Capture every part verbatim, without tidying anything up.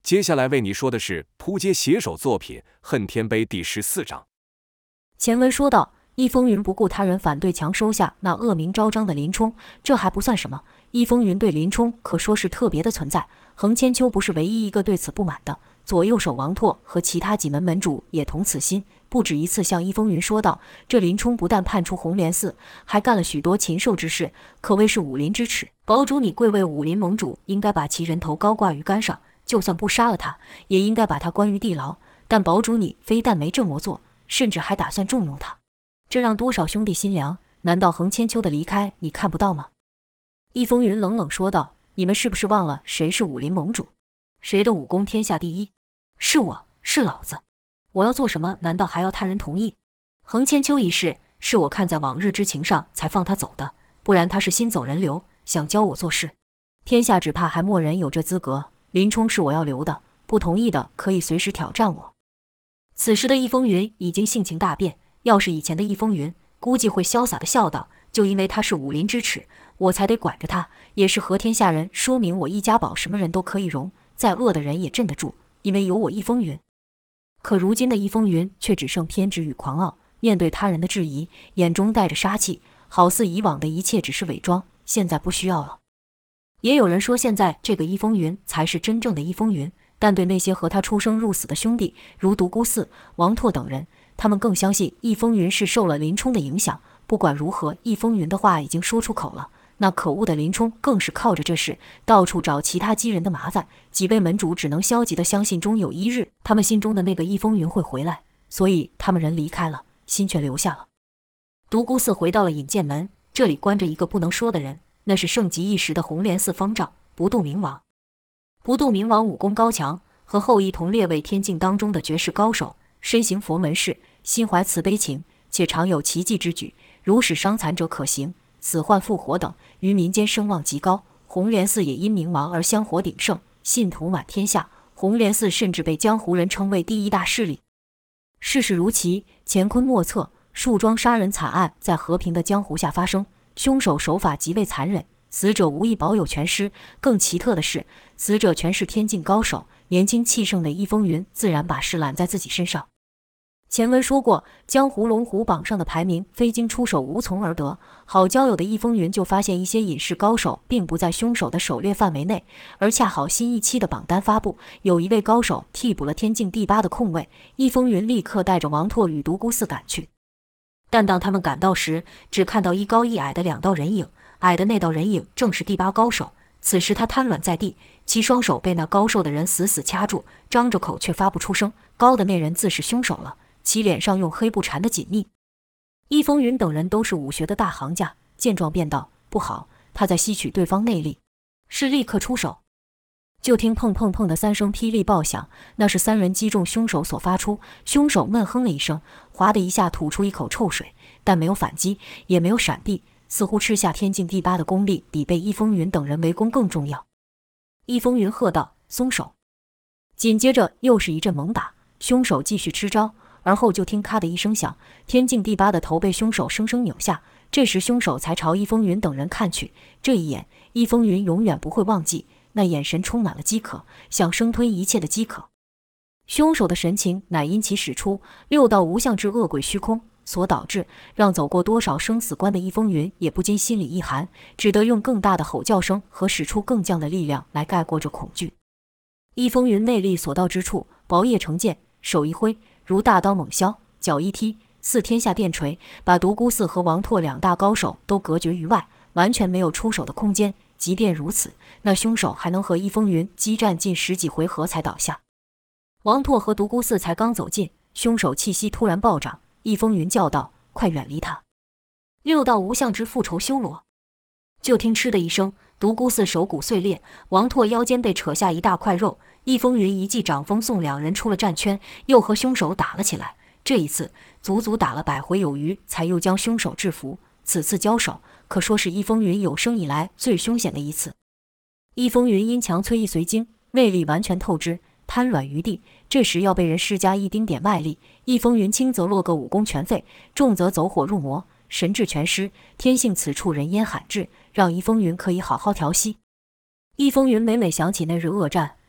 接下来为你说的是扑街写手作品《恨天碑》第十四章。 前文说到，易风云不顾他人反对，强收下那恶名昭彰的林冲，这还不算什么。易风云对林冲可说是特别的存在，横千秋不是唯一一个对此不满的，左右手王拓和其他几门门主也同此心，不止一次向易风云说道：这林冲不但叛出红莲寺，还干了许多禽兽之事，可谓是武林之耻。堡主你贵为武林盟主，应该把其人头高挂于杆上，就算不杀了他，也应该把他关于地牢。但堡主你非但没这么做，甚至还打算重用他，这让多少兄弟心凉。难道横千秋的离开你看不到吗？易风云冷冷说道：你们是不是忘了谁是武林盟主？谁的武功天下第一？是我，是老子。我要做什么，难道还要他人同意？横千秋一事是我看在往日之情上才放他走的，不然他是心走人流，想教我做事。天下只怕还没人有这资格。林冲是我要留的，不同意的可以随时挑战我。此时的易风云已经性情大变，要是以前的易风云，估计会潇洒地笑道：就因为他是武林之耻，我才得管着他，也是和天下人说明我易家堡什么人都可以容，再恶的人也镇得住，因为有我易风云。可如今的易风云却只剩偏执与狂傲，面对他人的质疑，眼中带着杀气，好似以往的一切只是伪装，现在不需要了。也有人说现在这个易风云才是真正的易风云，但对那些和他出生入死的兄弟，如独孤四、王拓等人，他们更相信易风云是受了林冲的影响。不管如何，易风云的话已经说出口了，那可恶的林冲更是靠着这事到处找其他击人的麻烦。几位门主只能消极地相信终有一日他们心中的那个易风云会回来，所以他们人离开了，心却留下了。独孤四回到了引剑门，这里关着一个不能说的人，那是盛极一时的红莲寺方丈不动明王。不动明王武功高强，和后羿同列为天境当中的绝世高手，身行佛门事，心怀慈悲情，且常有奇迹之举，如使伤残者可行，死患复活等，于民间声望极高。红莲寺也因明王而香火鼎盛，信徒满天下，红莲寺甚至被江湖人称为第一大势力。世事如棋，乾坤莫测，树桩杀人惨案在和平的江湖下发生，凶手手法极为残忍，死者无一保有全尸。更奇特的是，死者全是天境高手，年轻气盛的易风云自然把事揽在自己身上。前文说过，江湖龙虎榜上的排名非经出手无从而得，好交友的易风云就发现一些隐士高手并不在凶手的狩猎范围内，而恰好新一期的榜单发布，有一位高手替补了天境第八的空位，易风云立刻带着王拓与独孤四赶去。但当他们赶到时，只看到一高一矮的两道人影，矮的那道人影正是第八高手。此时他瘫软在地，其双手被那高瘦的人死死掐住，张着口却发不出声。高的那人自是凶手了，其脸上用黑布缠得紧密。易风云等人都是武学的大行家，见状便道：不好，他在吸取对方内力，是立刻出手。就听砰砰砰的三声霹雳爆响，那是三人击中凶手所发出。凶手闷哼了一声，哗的一下吐出一口臭水，但没有反击，也没有闪避，似乎吃下天境第八的功力比被易风云等人围攻更重要。易风云喝道：松手！紧接着又是一阵猛打，凶手继续吃招，而后就听咔的一声响，天境第八的头被凶手生生扭下。这时凶手才朝易风云等人看去，这一眼易风云永远不会忘记，那眼神充满了饥渴，想生吞一切的饥渴。凶手的神情乃因其使出六道无相之恶鬼虚空所导致，让走过多少生死关的易风云也不禁心里一寒，只得用更大的吼叫声和使出更降的力量来盖过这恐惧。易风云内力所到之处，薄叶成剑，手一挥，如大刀猛削，脚一踢，似天下电锤，把独孤四和王拓两大高手都隔绝于外，完全没有出手的空间。即便如此，那凶手还能和易风云激战近十几回合才倒下。王拓和独孤四才刚走近，凶手气息突然暴涨，易风云叫道：快远离他！六道无相之复仇修罗！就听嗤的一声，独孤四手骨碎裂，王拓腰间被扯下一大块肉，易风云一记掌风送两人出了战圈，又和凶手打了起来。这一次足足打了百回有余，才又将凶手制服。此次交手可说是易风云有生以来最凶险的一次。易风云因强催易随经，内力完全透支，瘫软于地。这时要被人施加一丁点外力，易风云轻则落个武功全废，重则走火入魔，神志全失。天性此处人烟罕至，让易风云可以好好调息。易风云每每想起那日恶战，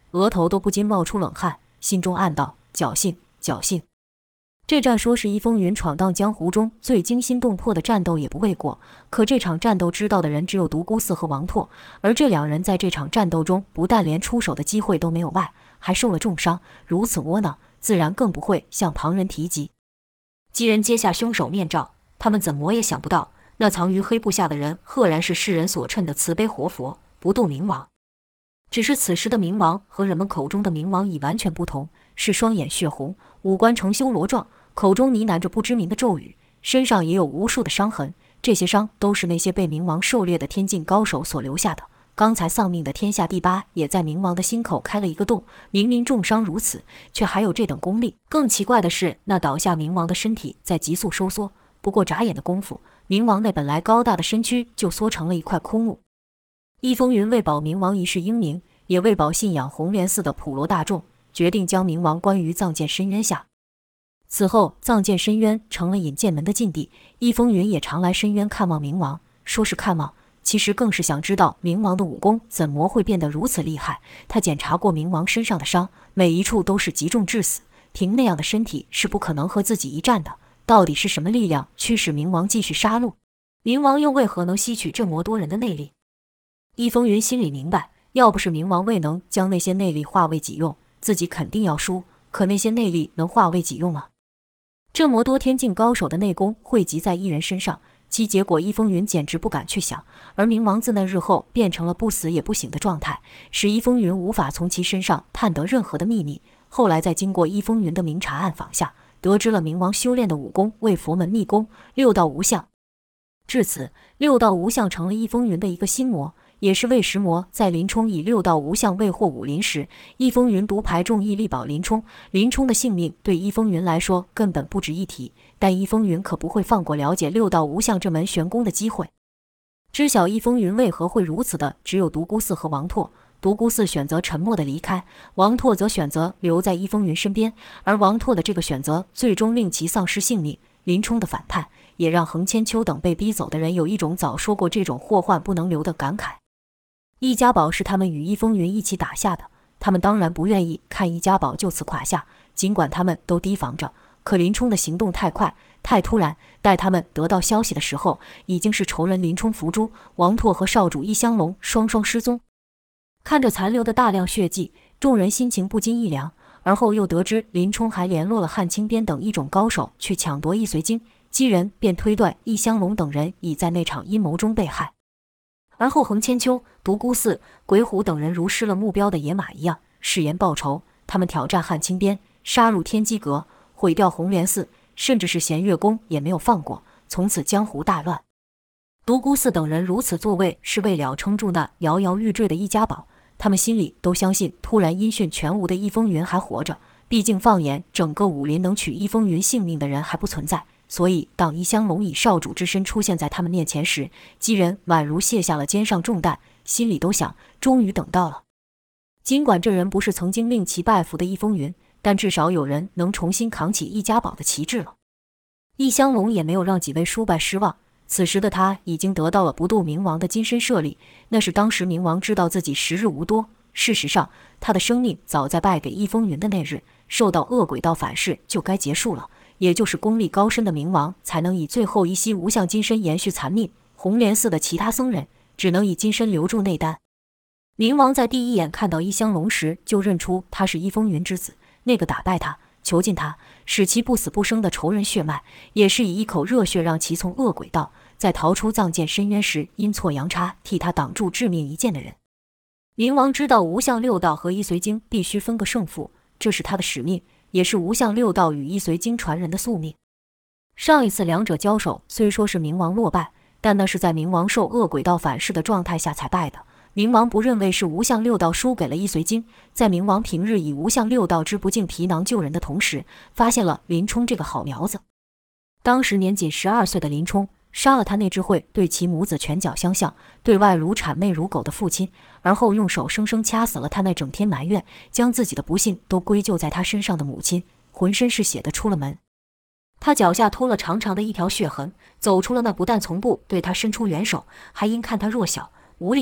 额头都不禁冒出冷汗，心中暗道：侥幸，侥幸。这战说是易风云闯荡江湖中最惊心动魄的战斗也不为过，可这场战斗知道的人只有独孤四和王拓，而这两人在这场战斗中不但连出手的机会都没有外，还受了重伤，如此窝囊，自然更不会向旁人提及。几人揭下凶手面罩，他们怎么也想不到，那藏于黑布下的人赫然是世人所称的慈悲活佛不动明王。只是此时的冥王和人们口中的冥王已完全不同，是双眼血红，五官呈修罗状，口中呢喃着不知名的咒语，身上也有无数的伤痕，这些伤都是那些被冥王狩猎的天境高手所留下的。刚才丧命的天下第八也在冥王的心口开了一个洞，明明重伤如此，却还有这等功力。更奇怪的是，那倒下冥王的身体在急速收缩，不过眨眼的功夫，冥王那本来高大的身躯就缩成了一块空物。易风云为保冥王一世英名，也为保信仰红莲寺的普罗大众，决定将冥王关于藏剑深渊下。此后，藏剑深渊成了引剑门的禁地，易风云也常来深渊看望冥王。说是看望，其实更是想知道冥王的武功怎么会变得如此厉害。他检查过冥王身上的伤，每一处都是极重致死，凭那样的身体是不可能和自己一战的。到底是什么力量驱使冥王继续杀戮？冥王又为何能吸取这么多人的内力？易风云心里明白，要不是冥王未能将那些内力化为己用，自己肯定要输。可那些内力能化为己用吗？这么多天境高手的内功汇集在一人身上，其结果易风云简直不敢去想。而冥王自那日后变成了不死也不醒的状态，使易风云无法从其身上探得任何的秘密。后来在经过易风云的明察暗访下，得知了冥王修炼的武功为佛门秘功六道无相。至此，六道无相成了易风云的一个心魔，也是魏石魔在林冲以六道无相未获武林时，易风云独排众议力保林冲。林冲的性命对易风云来说根本不值一提，但易风云可不会放过了解六道无相这门玄功的机会。知晓易风云为何会如此的只有独孤四和王拓。独孤四选择沉默的离开，王拓则选择留在易风云身边，而王拓的这个选择最终令其丧失性命。林冲的反叛也让横千秋等被逼走的人有一种早说过这种祸患不能留的感慨。易家宝是他们与易风云一起打下的，他们当然不愿意看易家宝就此垮下，尽管他们都提防着，可林冲的行动太快太突然，待他们得到消息的时候，已经是仇人林冲伏诛，王拓和少主易香龙双双失踪。看着残留的大量血迹，众人心情不禁一凉。而后又得知林冲还联络了汉青边等一种高手去抢夺易随经，几人便推断易香龙等人已在那场阴谋中被害。而后横千秋、独孤四、鬼虎等人如失了目标的野马一样，誓言报仇。他们挑战汉青边，杀入天机阁，毁掉红莲寺，甚至是弦月宫也没有放过。从此江湖大乱。独孤四等人如此作为，是为了撑住那摇摇欲坠的易家宝。他们心里都相信突然音讯全无的易风云还活着，毕竟放眼整个武林能取易风云性命的人还不存在。所以当易香龙以少主之身出现在他们面前时，几人宛如卸下了肩上重担，心里都想终于等到了。尽管这人不是曾经令其拜服的易风云，但至少有人能重新扛起易家宝的旗帜了。易香龙也没有让几位输败失望，此时的他已经得到了不渡冥王的金身舍利，那是当时冥王知道自己时日无多。事实上，他的生命早在败给易风云的那日，受到恶鬼道反噬就该结束了，也就是功力高深的冥王才能以最后一息无相金身延续残命，红莲寺的其他僧人只能以金身留住内丹。冥王在第一眼看到易香龙时就认出他是易风云之子，那个打败他、囚禁他、使其不死不生的仇人血脉，也是以一口热血让其从恶鬼道在逃出藏剑深渊时阴错阳差替他挡住致命一剑的人。冥王知道无相六道和易随经必须分个胜负，这是他的使命，也是无相六道与易随经传人的宿命。上一次两者交手，虽说是冥王落败，但那是在冥王受恶鬼道反噬的状态下才败的。冥王不认为是无相六道输给了易随经，在冥王平日以无相六道之不敬皮囊救人的同时，发现了林冲这个好苗子。当时年仅十二岁的林冲杀了他那只会对其母子拳脚相向、对外如谄媚如狗的父亲，而后用手生生掐死了他那整天埋怨、将自己的不幸都归咎在他身上的母亲，浑身是血的出了门。他脚下拖了长长的一条血痕，走出了那不但从不对他伸出援手，还因看他弱小无力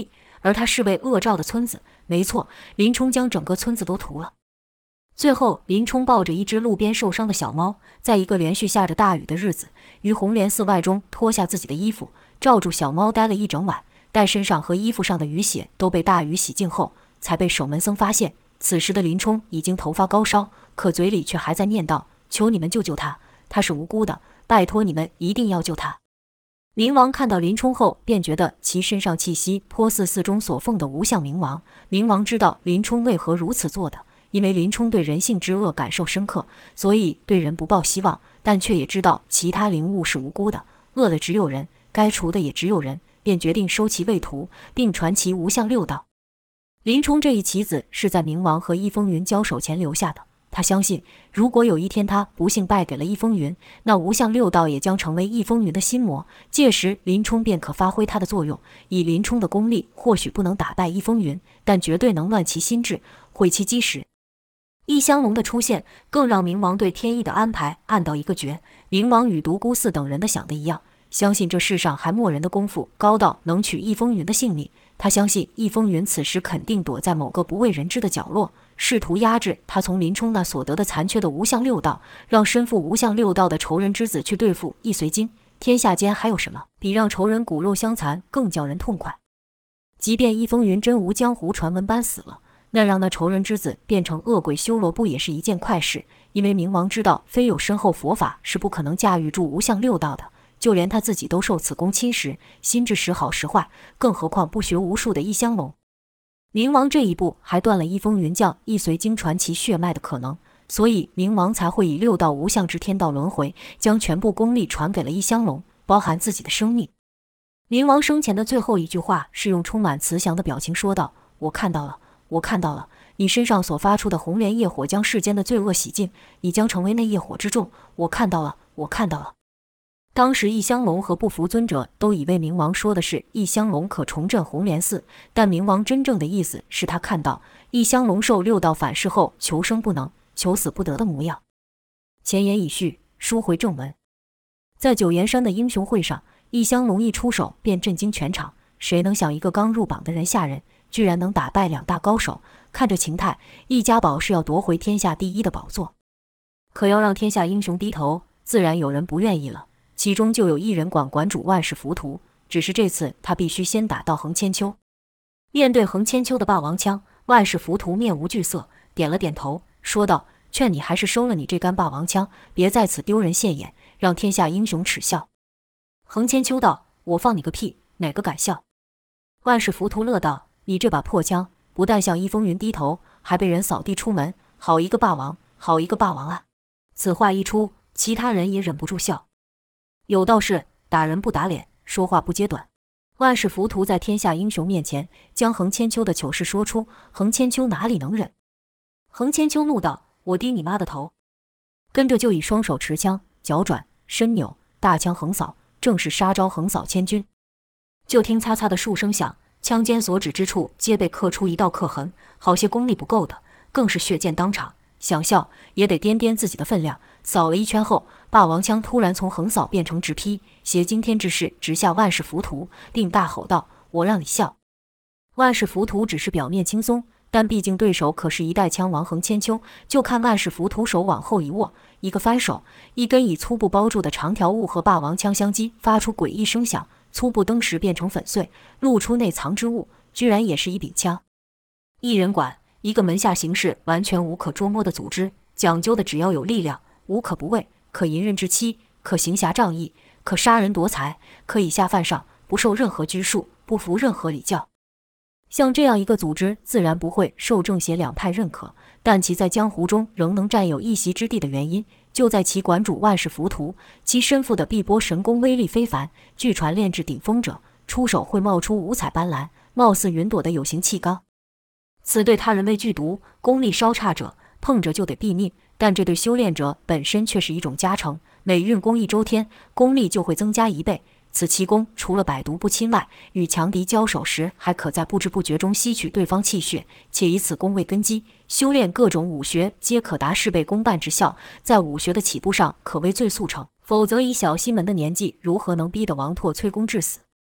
而他是为恶兆的村子，没错，林冲将整个村子都屠了。最后，林冲抱着一只路边受伤的小猫，在一个连续下着大雨的日子，于红莲寺外中脱下自己的衣服，罩住小猫待了一整晚，待身上和衣服上的雨血都被大雨洗净后，才被守门僧发现。此时的林冲已经头发高烧，可嘴里却还在念叨：“求你们救救他，他是无辜的，拜托你们一定要救他。”冥王看到林冲后，便觉得其身上气息颇似寺中所奉的无相冥王。冥王知道林冲为何如此做的，因为林冲对人性之恶感受深刻，所以对人不抱希望，但却也知道其他灵物是无辜的，恶的只有人，该除的也只有人，便决定收其未屠，并传其无相六道。林冲这一棋子是在冥王和一风云交手前留下的。他相信，如果有一天他不幸败给了一风云，那无相六道也将成为一风云的心魔，届时林冲便可发挥他的作用。以林冲的功力，或许不能打败一风云，但绝对能乱其心智，毁其基石。异香龙的出现，更让冥王对天意的安排暗道一个绝。冥王与独孤寺等人的想的一样，相信这世上还没人的功夫高到能取一风云的性命。他相信一风云此时肯定躲在某个不为人知的角落，试图压制他从林冲那所得的残缺的无相六道，让身负无相六道的仇人之子去对付易随经。天下间还有什么比让仇人骨肉相残更叫人痛快？即便一风云真无江湖传闻般死了，那让那仇人之子变成恶鬼修罗不也是一件快事？因为冥王知道，非有深厚佛法是不可能驾驭住无相六道的。就连他自己都受此功侵蚀，心智时好时坏，更何况不学无术的异香龙。冥王这一步还断了一风云将易随经传其血脉的可能，所以冥王才会以六道无相之天道轮回，将全部功力传给了异香龙，包含自己的生命。冥王生前的最后一句话是用充满慈祥的表情说道：“我看到了，我看到了，你身上所发出的红莲业火将世间的罪恶洗净，你将成为那业火之众。我看到了，我看到了。”当时异香龙和不服尊者都以为冥王说的是异香龙可重振红莲寺，但冥王真正的意思是他看到异香龙受六道反噬后求生不能、求死不得的模样。前言已叙，书回正文。在九岩山的英雄会上，异香龙一出手便震惊全场，谁能想一个刚入榜的人下人居然能打败两大高手？看这情态，易家宝是要夺回天下第一的宝座。可要让天下英雄低头，自然有人不愿意了。其中就有一人管馆主万世浮屠，只是这次他必须先打到横千秋。面对横千秋的霸王枪，万世浮屠面无惧色，点了点头，说道：“劝你还是收了你这杆霸王枪，别在此丢人现眼，让天下英雄耻笑。”横千秋道：“我放你个屁，哪个敢笑？”万世浮屠乐道：“你这把破枪，不但向一风云低头，还被人扫地出门，好一个霸王，好一个霸王啊！”此话一出，其他人也忍不住笑。有道是打人不打脸，说话不揭短。万世浮屠在天下英雄面前将横千秋的糗事说出，横千秋哪里能忍？横千秋怒道：“我低你妈的头！”跟着就以双手持枪，脚转身扭，大枪横扫，正是杀招横扫千军。就听擦擦的数声响，枪尖所指之处皆被刻出一道刻痕，好些功力不够的更是血溅当场，想笑也得掂掂自己的分量。扫了一圈后，霸王枪突然从横扫变成直劈，携惊天之势直下万世浮屠，并大吼道：“我让你笑！”万世浮屠只是表面轻松，但毕竟对手可是一代枪王横千秋。就看万世浮屠手往后一握，一个翻手，一根以粗布包住的长条物和霸王枪相击，发出诡异声响，粗布登时变成粉碎，露出内藏之物，居然也是一柄枪。一人管，一个门下行事完全无可捉摸的组织，讲究的只要有力量，无可不畏，可淫人之妻，可行侠仗义，可杀人夺财，可以下犯上，不受任何拘束，不服任何礼教。像这样一个组织，自然不会受正邪两派认可，但其在江湖中仍能占有一席之地的原因，就在其馆主万世浮屠，其身负的碧波神功威力非凡，据传炼至顶峰者，出手会冒出五彩斑斓、貌似云朵的有形气罡。此对他人为剧毒，功力稍差者碰着就得毙命，但这对修炼者本身却是一种加成，每运功一周天，功力就会增加一倍。此奇功除了百毒不侵外，与强敌交手时还可在不知不觉中吸取对方气血，且以此功为根基，修炼各种武学皆可达事倍功半之效，在武学的起步上可谓最速成，否则以小西门的年纪，如何能逼得王拓催功致死？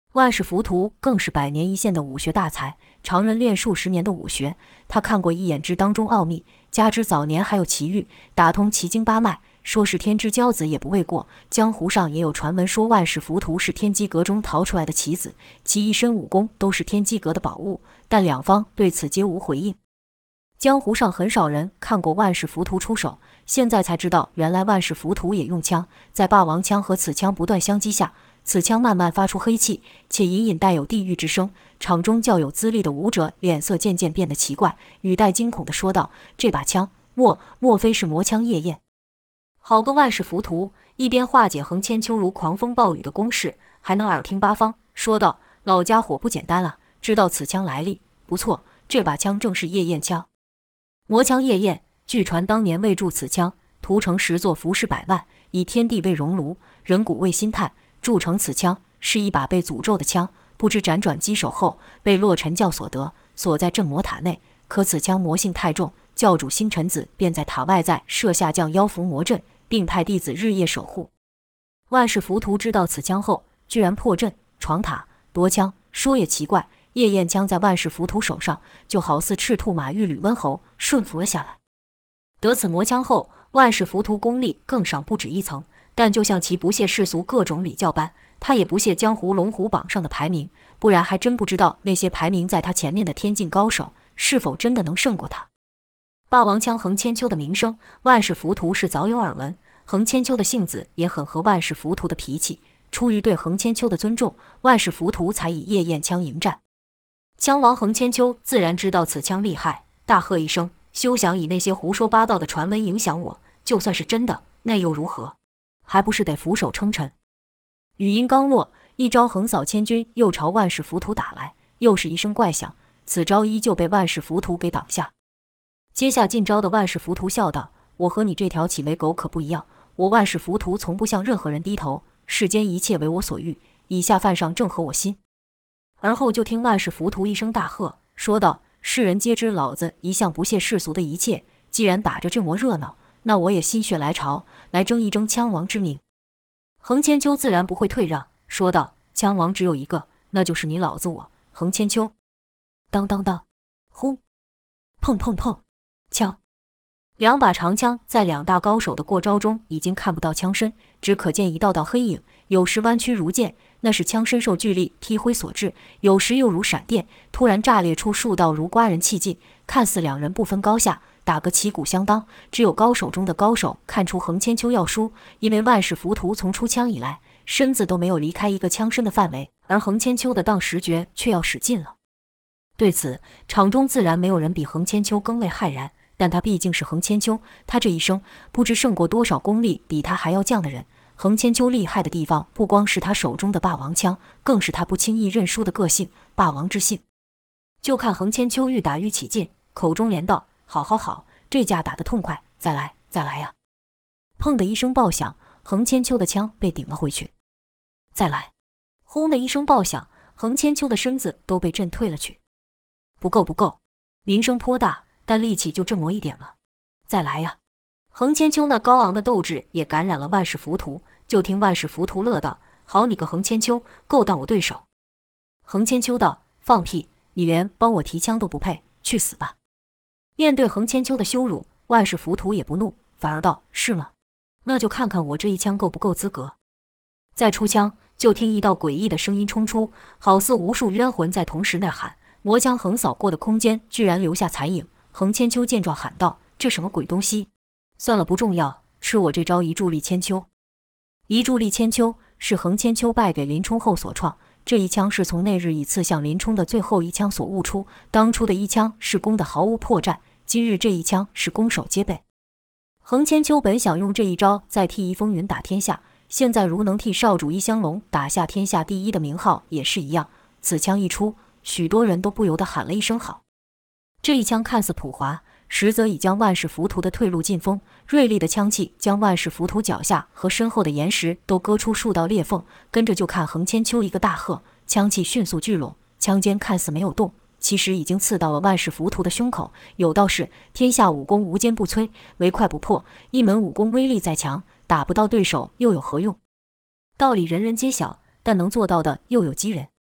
万世浮屠更是百年一现的武学大才，常人练数十年的武学，他看过一眼之当中奥秘，加之早年还有奇遇，打通奇经八脉，说是天之骄子也不为过。江湖上也有传闻说万世浮屠是天机阁中逃出来的棋子，其一身武功都是天机阁的宝物，但两方对此皆无回应。江湖上很少人看过万世浮屠出手，现在才知道原来万世浮屠也用枪，在霸王枪和此枪不断相击下，此枪慢慢发出黑气，且隐隐带有地狱之声。场中较有资历的武者脸色渐渐变得奇怪，语带惊恐地说道：“这把枪，莫莫非是魔枪夜焰？”好个万世浮屠，一边化解横千秋如狂风暴雨的攻势，还能耳听八方，说道：“老家伙不简单了，知道此枪来历。不错，这把枪正是夜焰枪。魔枪夜焰，据传当年为铸此枪，屠成十座浮尸百万，以天地为熔炉，人骨为薪炭。铸成此枪是一把被诅咒的枪，不知辗转击手后被洛尘教所得，锁在镇魔塔内。可此枪魔性太重，教主星辰子便在塔外在设下降妖伏魔阵，并派弟子日夜守护。万世浮屠知道此枪后，居然破阵闯塔夺枪。说也奇怪，夜焰枪在万世浮屠手上，就好似赤兔马遇吕温侯，顺服了下来。得此魔枪后，万世浮屠功力更上不止一层，但就像其不屑世俗各种礼教般，他也不屑江湖龙虎榜上的排名，不然还真不知道那些排名在他前面的天境高手是否真的能胜过他。霸王枪横千秋的名声，万世浮屠是早有耳闻，横千秋的性子也很合万世浮屠的脾气，出于对横千秋的尊重，万世浮屠才以夜焰枪迎战。枪王横千秋自然知道此枪厉害，大喝一声：“休想以那些胡说八道的传闻影响我！就算是真的，那又如何？还不是得俯首称臣。”语音刚落，一招横扫千军又朝万世浮屠打来，又是一声怪响，此招依旧被万世浮屠给挡下。接下进招的万世浮屠笑道：“我和你这条起为狗可不一样，我万世浮屠从不向任何人低头，世间一切为我所欲，以下犯上正合我心。”而后就听万世浮屠一声大喝，说道：“世人皆知老子一向不屑世俗的一切，既然打着这么热闹，那我也心血来潮，来争一争枪王之名。”横千秋自然不会退让，说道：“枪王只有一个，那就是你老子我横千秋。”当当当，轰，碰碰碰，枪，两把长枪在两大高手的过招中已经看不到枪身，只可见一道道黑影，有时弯曲如剑，那是枪身受巨力踢挥所致；有时又如闪电，突然炸裂出数道如刮人气劲，看似两人不分高下，打个旗鼓相当。只有高手中的高手看出横千秋要输，因为万世浮屠从出枪以来，身子都没有离开一个枪身的范围，而横千秋的当十绝却要使劲了。对此，场中自然没有人比横千秋更为骇然，但他毕竟是横千秋，他这一生不知胜过多少功力比他还要犟的人。横千秋厉害的地方，不光是他手中的霸王枪，更是他不轻易认输的个性，霸王之性。就看横千秋愈打愈起劲，口中连道：“好好好，这架打得痛快，再来再来呀！”砰的一声爆响，横千秋的枪被顶了回去。再来，轰的一声爆响，横千秋的身子都被震退了去。不够不够，鸣声颇大，但力气就这么一点了。再来呀！横千秋那高昂的斗志也感染了万世浮屠，就听万世浮屠乐道：“好你个横千秋，够当我对手！”横千秋道：“放屁，你连帮我提枪都不配，去死吧！”面对横千秋的羞辱，万世浮屠也不怒，反而道：“是吗？那就看看我这一枪够不够资格。”再出枪，就听一道诡异的声音冲出，好似无数冤魂在同时呐喊。魔枪横扫过的空间居然留下残影。横千秋见状喊道：“这什么鬼东西？算了，不重要，吃我这招一炷立千秋。”一炷立千秋是横千秋败给林冲后所创，这一枪是从那日以刺向林冲的最后一枪所悟出。当初的一枪是攻的毫无破绽，今日这一枪是攻守皆备。横千秋本想用这一招再替一风云打天下，现在如能替少主一香龙打下天下第一的名号也是一样。此枪一出，许多人都不由得喊了一声好。这一枪看似朴滑，实则已将万世浮屠的退路尽封。锐利的枪气将万世浮屠脚下和身后的岩石都割出数道裂缝。跟着就看横千秋一个大喝，枪气迅速聚拢，枪尖看似没有动，其实已经刺到了万世浮屠的胸口。有道是天下武功无坚不摧，唯快不破。一门武功威力再强，打不到对手又有何用？道理人人皆晓，但能做到的又有几人？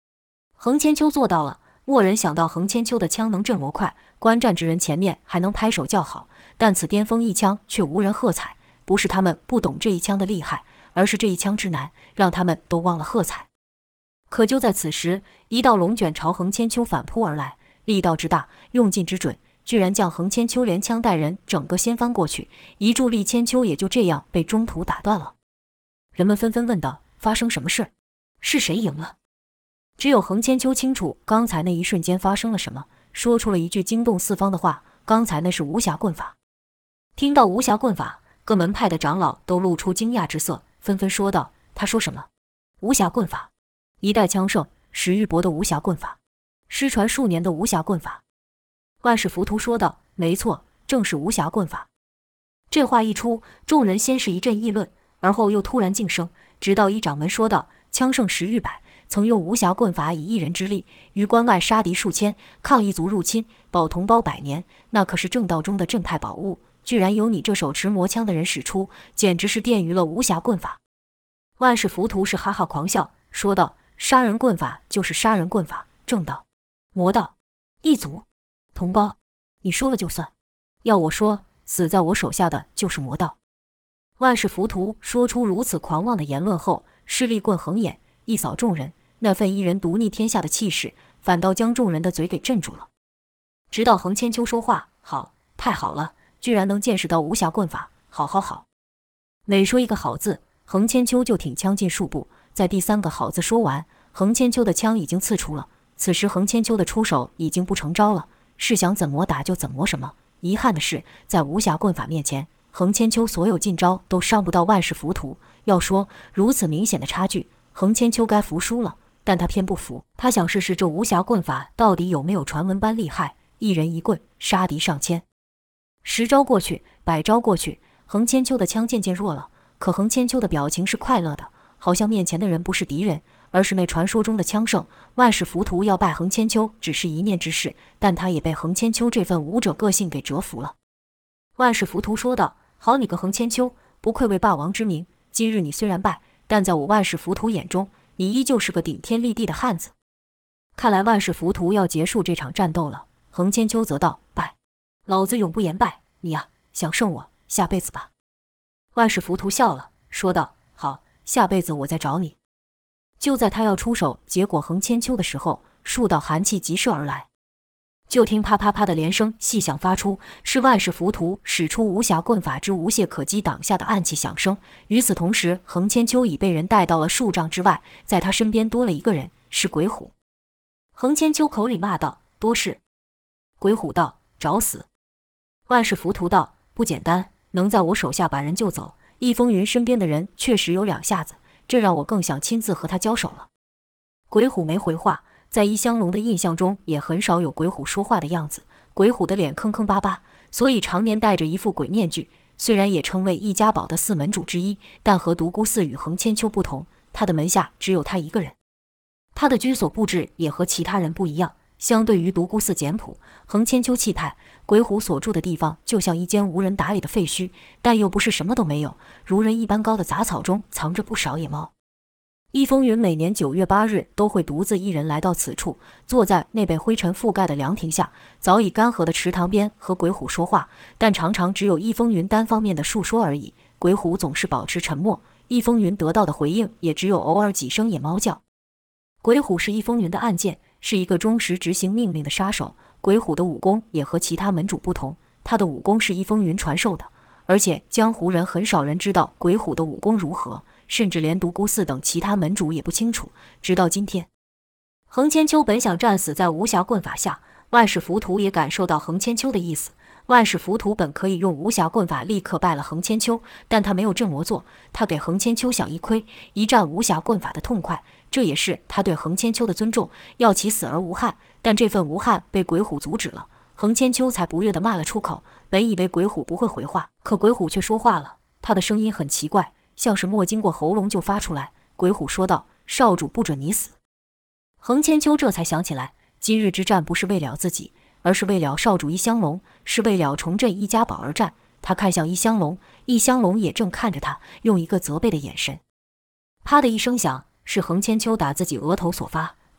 横千秋做到了。蓦然想到横千秋的枪能这么快，观战之人前面还能拍手叫好，但此巅峰一枪却无人喝彩。不是他们不懂这一枪的厉害，而是这一枪之难，让他们都忘了喝彩。可就在此时，一道龙卷朝横千秋反扑而来，力道之大，用劲之准，居然将横千秋连枪带人整个掀翻过去，一柱立千秋也就这样被中途打断了。人们纷纷问道：发生什么事？是谁赢了？只有横千秋清楚刚才那一瞬间发生了什么，说出了一句惊动四方的话：刚才那是无暇棍法。听到无暇棍法，各门派的长老都露出惊讶之色，纷纷说道：他说什么？无暇棍法？一代枪圣史玉博的无暇棍法，失传数年的无暇棍法。万世浮屠说道：没错，正是无暇棍法。这话一出，众人先是一阵议论，而后又突然静声，直到一掌门说道：枪圣石玉柏曾用无暇棍法以一人之力，于关外杀敌数千，抗一族入侵，保同胞百年，那可是正道中的镇派宝物，居然由你这手持魔枪的人使出，简直是玷于了无暇棍法。万世浮屠是哈哈狂笑，说道：杀人棍法就是杀人棍法，正道、魔道、一族、同胞，你说了就算。要我说，死在我手下的就是魔道。万世浮屠说出如此狂妄的言论后，势利棍横眼一扫众人，那份一人独逆天下的气势，反倒将众人的嘴给镇住了。直到横千秋说话：好，太好了，居然能见识到无暇棍法，好好好。每说一个好字，横千秋就挺枪近数步，在第三个好字说完，横千秋的枪已经刺出了。此时横千秋的出手已经不成招了，是想怎么打就怎么什么。遗憾的是，在无暇棍法面前，横千秋所有进招都伤不到万世浮屠。要说如此明显的差距，横千秋该服输了，但他偏不服。他想试试这无暇棍法到底有没有传闻般厉害，一人一棍杀敌上千。十招过去，百招过去，横千秋的枪渐渐弱了，可横千秋的表情是快乐的，好像面前的人不是敌人，而是那传说中的枪圣。万世浮屠要败横千秋只是一念之事，但他也被横千秋这份武者个性给折服了。万世浮屠说道：好你个横千秋，不愧为霸王之名，今日你虽然败，但在我万世浮屠眼中，你依旧是个顶天立地的汉子。看来万世浮屠要结束这场战斗了。横千秋则道：败，老子永不言败，你呀、啊，想胜我，下辈子吧。万世浮屠笑了，说道：好，下辈子我再找你。就在他要出手结果横千秋的时候，数道寒气急射而来，就听啪啪啪的连声细响发出，是万世浮屠使出无暇棍法之无懈可击挡下的暗器响声。与此同时，横千秋已被人带到了数丈之外，在他身边多了一个人，是鬼虎。横千秋口里骂道：多事。鬼虎道：找死。万世浮屠道：不简单，能在我手下把人救走，易风云身边的人确实有两下子，这让我更想亲自和他交手了。鬼虎没回话，在一香龙的印象中也很少有鬼虎说话的样子。鬼虎的脸坑坑巴巴，所以常年戴着一副鬼面具。虽然也称为易家堡的四门主之一，但和独孤寺与横千秋不同，他的门下只有他一个人。他的居所布置也和其他人不一样，相对于独孤寺简朴，横千秋气派，鬼虎所住的地方就像一间无人打理的废墟，但又不是什么都没有，如人一般高的杂草中藏着不少野猫。易风云每年九月八日都会独自一人来到此处，坐在那被灰尘覆盖的凉亭下，早已干涸的池塘边和鬼虎说话，但常常只有易风云单方面的述说而已，鬼虎总是保持沉默，易风云得到的回应也只有偶尔几声野猫叫。鬼虎是易风云的暗箭，是一个忠实执行命令的杀手。鬼虎的武功也和其他门主不同，他的武功是易风云传授的，而且江湖人很少人知道鬼虎的武功如何，甚至连独孤寺等其他门主也不清楚。直到今天，横千秋本想战死在无暇棍法下，万世浮屠也感受到横千秋的意思。万世浮屠本可以用无暇棍法立刻败了横千秋，但他没有这么做，他给横千秋想一亏，一战无暇棍法的痛快，这也是他对横千秋的尊重，要其死而无憾。但这份无憾被鬼虎阻止了，横千秋才不悦地骂了出口。本以为鬼虎不会回话，可鬼虎却说话了，他的声音很奇怪，像是没经过喉咙就发出来。鬼虎说道：少主不准你死。横千秋这才想起来，今日之战不是为了自己，而是为了少主一香龙，是为了重振一家堡而战。他看向一香龙，一香龙也正看着他，用一个责备的眼神。啪的一声响，是横千秋打自己额头所发，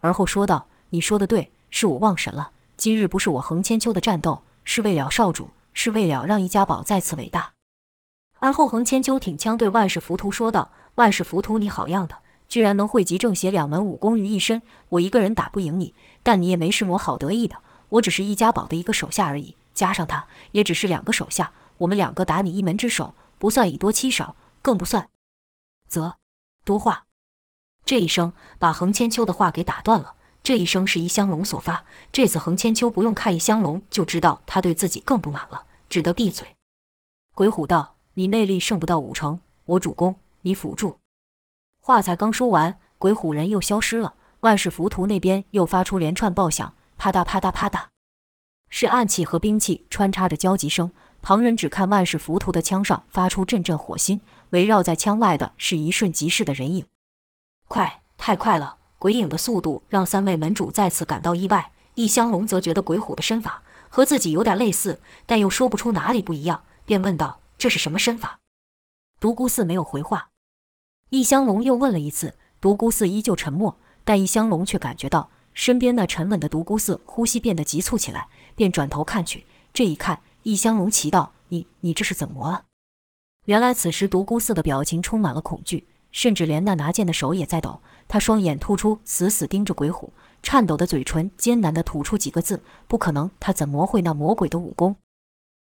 而后说道：“你说的对，是我忘神了。今日不是我横千秋的战斗，是为了少主，是为了让易家堡再次伟大。”而后横千秋挺枪对万世浮屠说道：“万世浮屠，你好样的，居然能汇集正邪两门武功于一身。我一个人打不赢你，但你也没什么好得意的。我只是易家堡的一个手下而已，加上他，也只是两个手下。我们两个打你一门之手，不算以多欺少，更不算则多话。”这一声把横千秋的话给打断了。这一声是易香龙所发，这次横千秋不用看易香龙就知道他对自己更不满了，只得闭嘴。鬼虎道：“你内力剩不到五成，我主攻，你辅助。”话才刚说完，鬼虎人又消失了。万世浮屠那边又发出连串爆响，啪嗒啪嗒啪嗒，是暗器和兵器穿插着交集声。旁人只看万世浮屠的枪上发出阵阵火星，围绕在枪外的是一瞬即逝的人影。快，太快了！鬼影的速度让三位门主再次感到意外。易香龙则觉得鬼虎的身法和自己有点类似，但又说不出哪里不一样，便问道：“这是什么身法？”独孤四没有回话。易香龙又问了一次，独孤四依旧沉默，但易香龙却感觉到身边那沉稳的独孤四呼吸变得急促起来，便转头看去。这一看，易香龙奇道：“你你这是怎么了？”原来此时独孤四的表情充满了恐惧，甚至连那拿剑的手也在抖。他双眼突出，死死盯着鬼虎，颤抖的嘴唇艰难地吐出几个字：“不可能，他怎么会那魔鬼的武功？”